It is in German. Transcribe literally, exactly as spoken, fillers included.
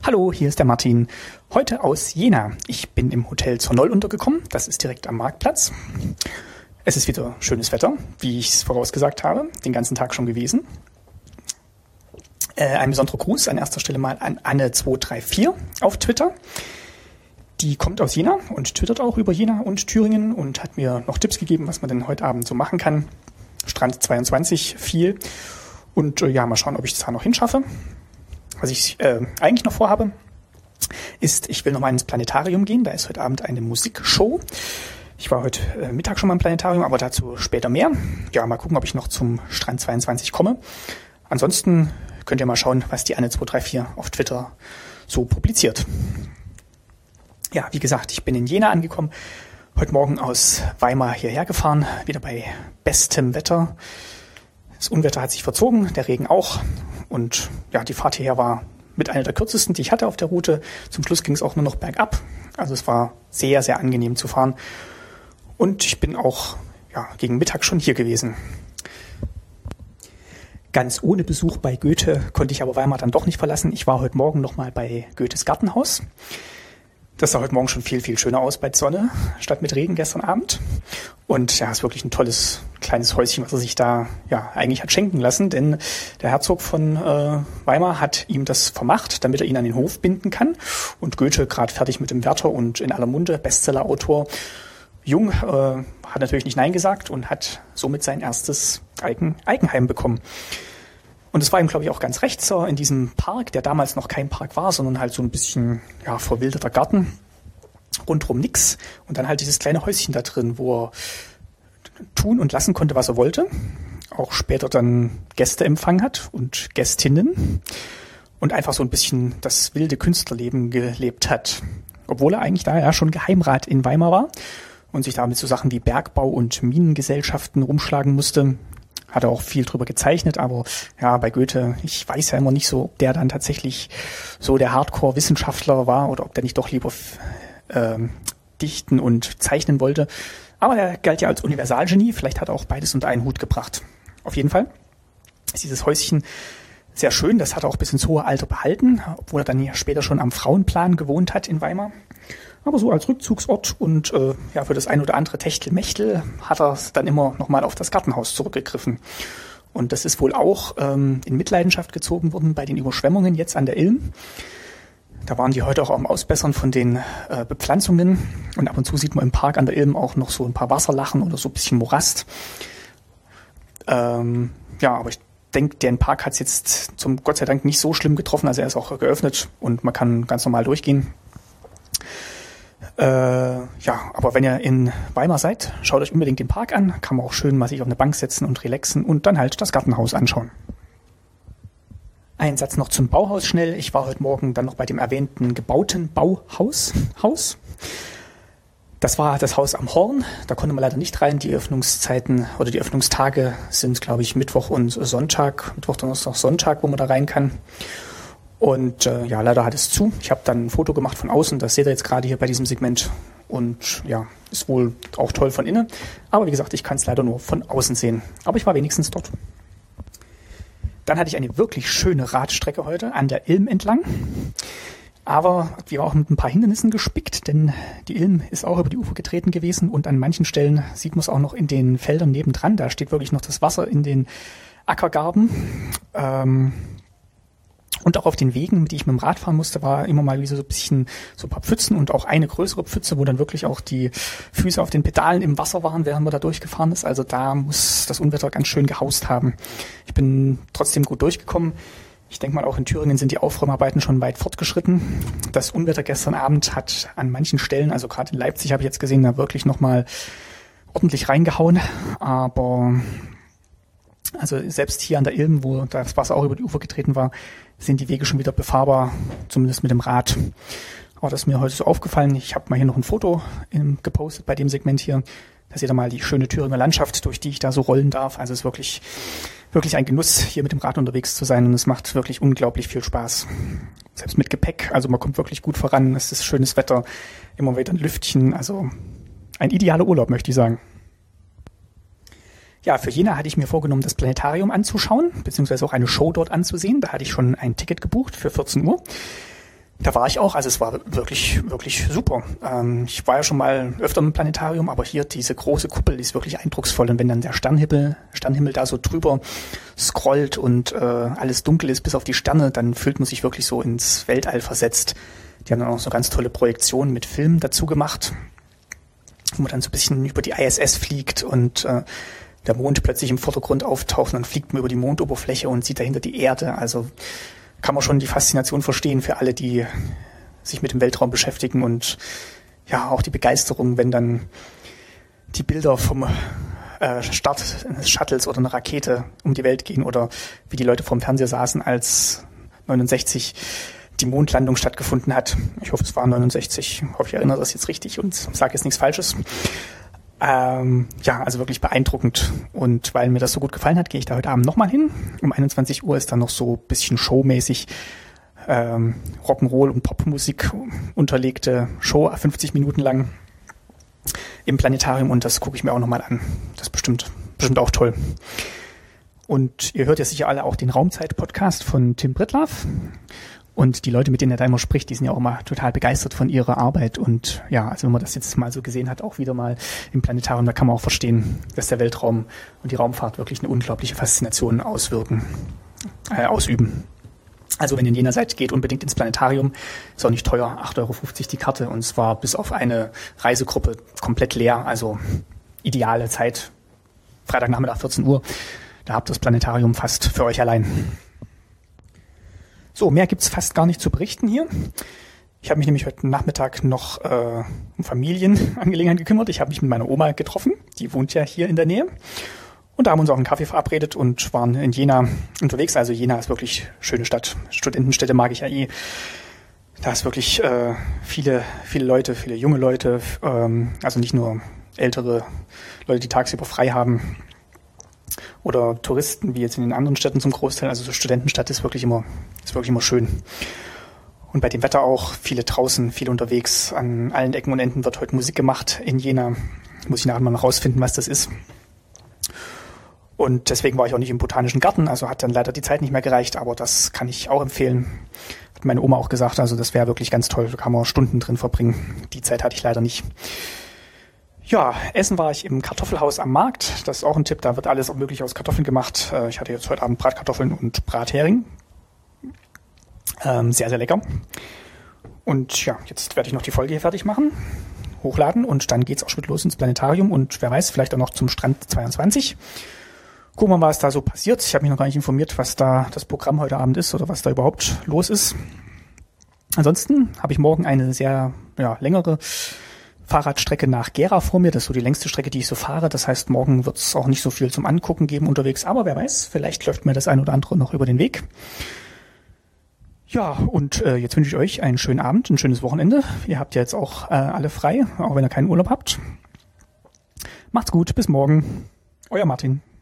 Hallo, hier ist der Martin. Heute aus Jena. Ich bin im Hotel zur Noll untergekommen. Das ist direkt am Marktplatz. Es ist wieder schönes Wetter, wie ich es vorausgesagt habe. Den ganzen Tag schon gewesen. Äh, ein besonderer Gruß an erster Stelle mal an Anne zwei drei vier auf Twitter. Die kommt aus Jena und twittert auch über Jena und Thüringen und hat mir noch Tipps gegeben, was man denn heute Abend so machen kann. Strand zweiundzwanzig viel. Und äh, ja, mal schauen, ob ich es da noch hinschaffe. Was ich äh, eigentlich noch vorhabe, ist, ich will noch mal ins Planetarium gehen. Da ist heute Abend eine Musikshow. Ich war heute äh, Mittag schon mal im Planetarium, aber dazu später mehr. Ja, mal gucken, ob ich noch zum Strand zweiundzwanzig komme. Ansonsten könnt ihr mal schauen, was die Anne zwei drei vier auf Twitter so publiziert. Ja, wie gesagt, ich bin in Jena angekommen. Heute Morgen aus Weimar hierher gefahren, wieder bei bestem Wetter. Das Unwetter hat sich verzogen, der Regen auch. Und ja, die Fahrt hierher war mit einer der kürzesten, die ich hatte auf der Route. Zum Schluss ging es auch nur noch bergab. Also es war sehr, sehr angenehm zu fahren. Und ich bin auch ja, gegen Mittag schon hier gewesen. Ganz ohne Besuch bei Goethe konnte ich aber Weimar dann doch nicht verlassen. Ich war heute Morgen nochmal bei Goethes Gartenhaus. Das sah heute Morgen schon viel, viel schöner aus bei Sonne, statt mit Regen gestern Abend. Und ja, ist wirklich ein tolles kleines Häuschen, was er sich da ja eigentlich hat schenken lassen. Denn der Herzog von äh, Weimar hat ihm das vermacht, damit er ihn an den Hof binden kann. Und Goethe, gerade fertig mit dem Werther und in aller Munde, Bestsellerautor, jung, äh, hat natürlich nicht Nein gesagt und hat somit sein erstes Eigen, Eigenheim bekommen. Und es war ihm, glaube ich, auch ganz recht so in diesem Park, der damals noch kein Park war, sondern halt so ein bisschen ja, verwilderter Garten. Rundrum nix. Und dann halt dieses kleine Häuschen da drin, wo er tun und lassen konnte, was er wollte. Auch später dann Gäste empfangen hat und Gästinnen. Und einfach so ein bisschen das wilde Künstlerleben gelebt hat. Obwohl er eigentlich da ja schon Geheimrat in Weimar war und sich damit so Sachen wie Bergbau und Minengesellschaften rumschlagen musste. Hat er auch viel drüber gezeichnet, aber ja, bei Goethe, ich weiß ja immer nicht so, ob der dann tatsächlich so der Hardcore-Wissenschaftler war oder ob der nicht doch lieber ähm, dichten und zeichnen wollte. Aber er galt ja als Universalgenie, vielleicht hat er auch beides unter einen Hut gebracht. Auf jeden Fall ist dieses Häuschen sehr schön, das hat er auch bis ins hohe Alter behalten, obwohl er dann ja später schon am Frauenplan gewohnt hat in Weimar. Aber so als Rückzugsort und äh, ja für das ein oder andere Techtelmechtel hat er dann immer nochmal auf das Gartenhaus zurückgegriffen. Und das ist wohl auch ähm, in Mitleidenschaft gezogen worden bei den Überschwemmungen jetzt an der Ilm. Da waren die heute auch am Ausbessern von den äh, Bepflanzungen. Und ab und zu sieht man im Park an der Ilm auch noch so ein paar Wasserlachen oder so ein bisschen Morast. Ähm, ja, aber ich denke, den Park hat es jetzt zum Gott sei Dank nicht so schlimm getroffen. Also er ist auch geöffnet und man kann ganz normal durchgehen. Äh, ja, aber wenn ihr in Weimar seid, schaut euch unbedingt den Park an. Kann man auch schön mal sich auf eine Bank setzen und relaxen und dann halt das Gartenhaus anschauen. Ein Satz noch zum Bauhaus schnell. Ich war heute Morgen dann noch bei dem erwähnten gebauten Bauhaus. Haus. Das war das Haus am Horn. Da konnte man leider nicht rein. Die Öffnungszeiten oder die Öffnungstage sind, glaube ich, Mittwoch und Sonntag. Mittwoch, Donnerstag, Sonntag, wo man da rein kann. Und äh, ja, leider hat es zu. Ich habe dann ein Foto gemacht von außen, das seht ihr jetzt gerade hier bei diesem Segment. Und ja, ist wohl auch toll von innen. Aber wie gesagt, ich kann es leider nur von außen sehen. Aber ich war wenigstens dort. Dann hatte ich eine wirklich schöne Radstrecke heute an der Ilm entlang. Aber die war auch mit ein paar Hindernissen gespickt, denn die Ilm ist auch über die Ufer getreten gewesen. Und an manchen Stellen sieht man es auch noch in den Feldern nebendran. Da steht wirklich noch das Wasser in den Ackergarben. Ähm... Und auch auf den Wegen, mit denen ich mit dem Rad fahren musste, war immer mal wieder so ein bisschen so ein paar Pfützen und auch eine größere Pfütze, wo dann wirklich auch die Füße auf den Pedalen im Wasser waren, während man da durchgefahren ist. Also da muss das Unwetter ganz schön gehaust haben. Ich bin trotzdem gut durchgekommen. Ich denke mal, auch in Thüringen sind die Aufräumarbeiten schon weit fortgeschritten. Das Unwetter gestern Abend hat an manchen Stellen, also gerade in Leipzig habe ich jetzt gesehen, da wirklich nochmal ordentlich reingehauen. Aber also selbst hier an der Ilm, wo das Wasser auch über die Ufer getreten war, sind die Wege schon wieder befahrbar, zumindest mit dem Rad. Aber das ist mir heute so aufgefallen. Ich habe mal hier noch ein Foto in, gepostet bei dem Segment hier. Da seht ihr mal die schöne Thüringer Landschaft, durch die ich da so rollen darf. Also es ist wirklich, wirklich ein Genuss, hier mit dem Rad unterwegs zu sein. Und es macht wirklich unglaublich viel Spaß. Selbst mit Gepäck. Also man kommt wirklich gut voran. Es ist schönes Wetter. Immer wieder ein Lüftchen. Also ein idealer Urlaub, möchte ich sagen. Ja, für Jena hatte ich mir vorgenommen, das Planetarium anzuschauen, beziehungsweise auch eine Show dort anzusehen. Da hatte ich schon ein Ticket gebucht für vierzehn Uhr. Da war ich auch, also es war wirklich, wirklich super. Ähm, ich war ja schon mal öfter im Planetarium, aber hier diese große Kuppel, die ist wirklich eindrucksvoll. Und wenn dann der Sternhimmel, Sternhimmel da so drüber scrollt und äh, alles dunkel ist bis auf die Sterne, dann fühlt man sich wirklich so ins Weltall versetzt. Die haben dann auch so ganz tolle Projektionen mit Filmen dazu gemacht, wo man dann so ein bisschen über die I S S fliegt und äh, der Mond plötzlich im Vordergrund auftaucht und dann fliegt man über die Mondoberfläche und sieht dahinter die Erde. Also kann man schon die Faszination verstehen für alle, die sich mit dem Weltraum beschäftigen und ja, auch die Begeisterung, wenn dann die Bilder vom äh, Start eines Shuttles oder einer Rakete um die Welt gehen oder wie die Leute vorm Fernseher saßen, als neunundsechzig die Mondlandung stattgefunden hat. Ich hoffe, es war neunundsechzig. Ich hoffe, ich erinnere das jetzt richtig und sage jetzt nichts Falsches. Ähm, ja, also wirklich beeindruckend. Und weil mir das so gut gefallen hat, gehe ich da heute Abend nochmal hin. Um einundzwanzig Uhr ist dann noch so ein bisschen showmäßig ähm, Rock'n'Roll und Popmusik unterlegte Show, fünfzig Minuten lang im Planetarium und das gucke ich mir auch nochmal an. Das ist bestimmt, bestimmt auch toll. Und ihr hört ja sicher alle auch den Raumzeit-Podcast von Tim Pritlove. Und die Leute, mit denen er da immer spricht, die sind ja auch immer total begeistert von ihrer Arbeit. Und ja, also wenn man das jetzt mal so gesehen hat, auch wieder mal im Planetarium, da kann man auch verstehen, dass der Weltraum und die Raumfahrt wirklich eine unglaubliche Faszination auswirken, äh, ausüben. Also wenn ihr in Jena seid, geht unbedingt ins Planetarium. Ist auch nicht teuer, acht Euro fünfzig die Karte. Und zwar bis auf eine Reisegruppe komplett leer. Also ideale Zeit, Freitagnachmittag vierzehn Uhr. Da habt ihr das Planetarium fast für euch allein. So, mehr gibt's fast gar nicht zu berichten hier. Ich habe mich nämlich heute Nachmittag noch äh, um Familienangelegenheiten gekümmert. Ich habe mich mit meiner Oma getroffen, die wohnt ja hier in der Nähe. Und da haben wir uns auch einen Kaffee verabredet und waren in Jena unterwegs. Also Jena ist wirklich eine schöne Stadt. Studentenstädte mag ich ja eh. Da ist wirklich äh, viele, viele Leute, viele junge Leute, ähm, also nicht nur ältere Leute, die tagsüber frei haben. Oder Touristen, wie jetzt in den anderen Städten zum Großteil. Also so Studentenstadt ist wirklich immer, ist wirklich immer schön. Und bei dem Wetter auch, viele draußen, viele unterwegs. An allen Ecken und Enden wird heute Musik gemacht in Jena. Muss ich nachher mal noch rausfinden, was das ist. Und deswegen war ich auch nicht im Botanischen Garten. Also hat dann leider die Zeit nicht mehr gereicht. Aber das kann ich auch empfehlen. Hat meine Oma auch gesagt. Also das wäre wirklich ganz toll. Da kann man Stunden drin verbringen. Die Zeit hatte ich leider nicht. Ja, essen war ich im Kartoffelhaus am Markt. Das ist auch ein Tipp, da wird alles auch möglich aus Kartoffeln gemacht. Ich hatte jetzt heute Abend Bratkartoffeln und Brathering. Ähm, sehr, sehr lecker. Und ja, jetzt werde ich noch die Folge hier fertig machen, hochladen und dann geht's auch schon los ins Planetarium und wer weiß, vielleicht auch noch zum Strand zweiundzwanzig. Gucken wir mal, was da so passiert. Ich habe mich noch gar nicht informiert, was da das Programm heute Abend ist oder was da überhaupt los ist. Ansonsten habe ich morgen eine sehr ja, längere Fahrradstrecke nach Gera vor mir. Das ist so die längste Strecke, die ich so fahre. Das heißt, morgen wird es auch nicht so viel zum Angucken geben unterwegs. Aber wer weiß, vielleicht läuft mir das ein oder andere noch über den Weg. Ja, und äh, jetzt wünsche ich euch einen schönen Abend, ein schönes Wochenende. Ihr habt ja jetzt auch äh, alle frei, auch wenn ihr keinen Urlaub habt. Macht's gut, bis morgen. Euer Martin.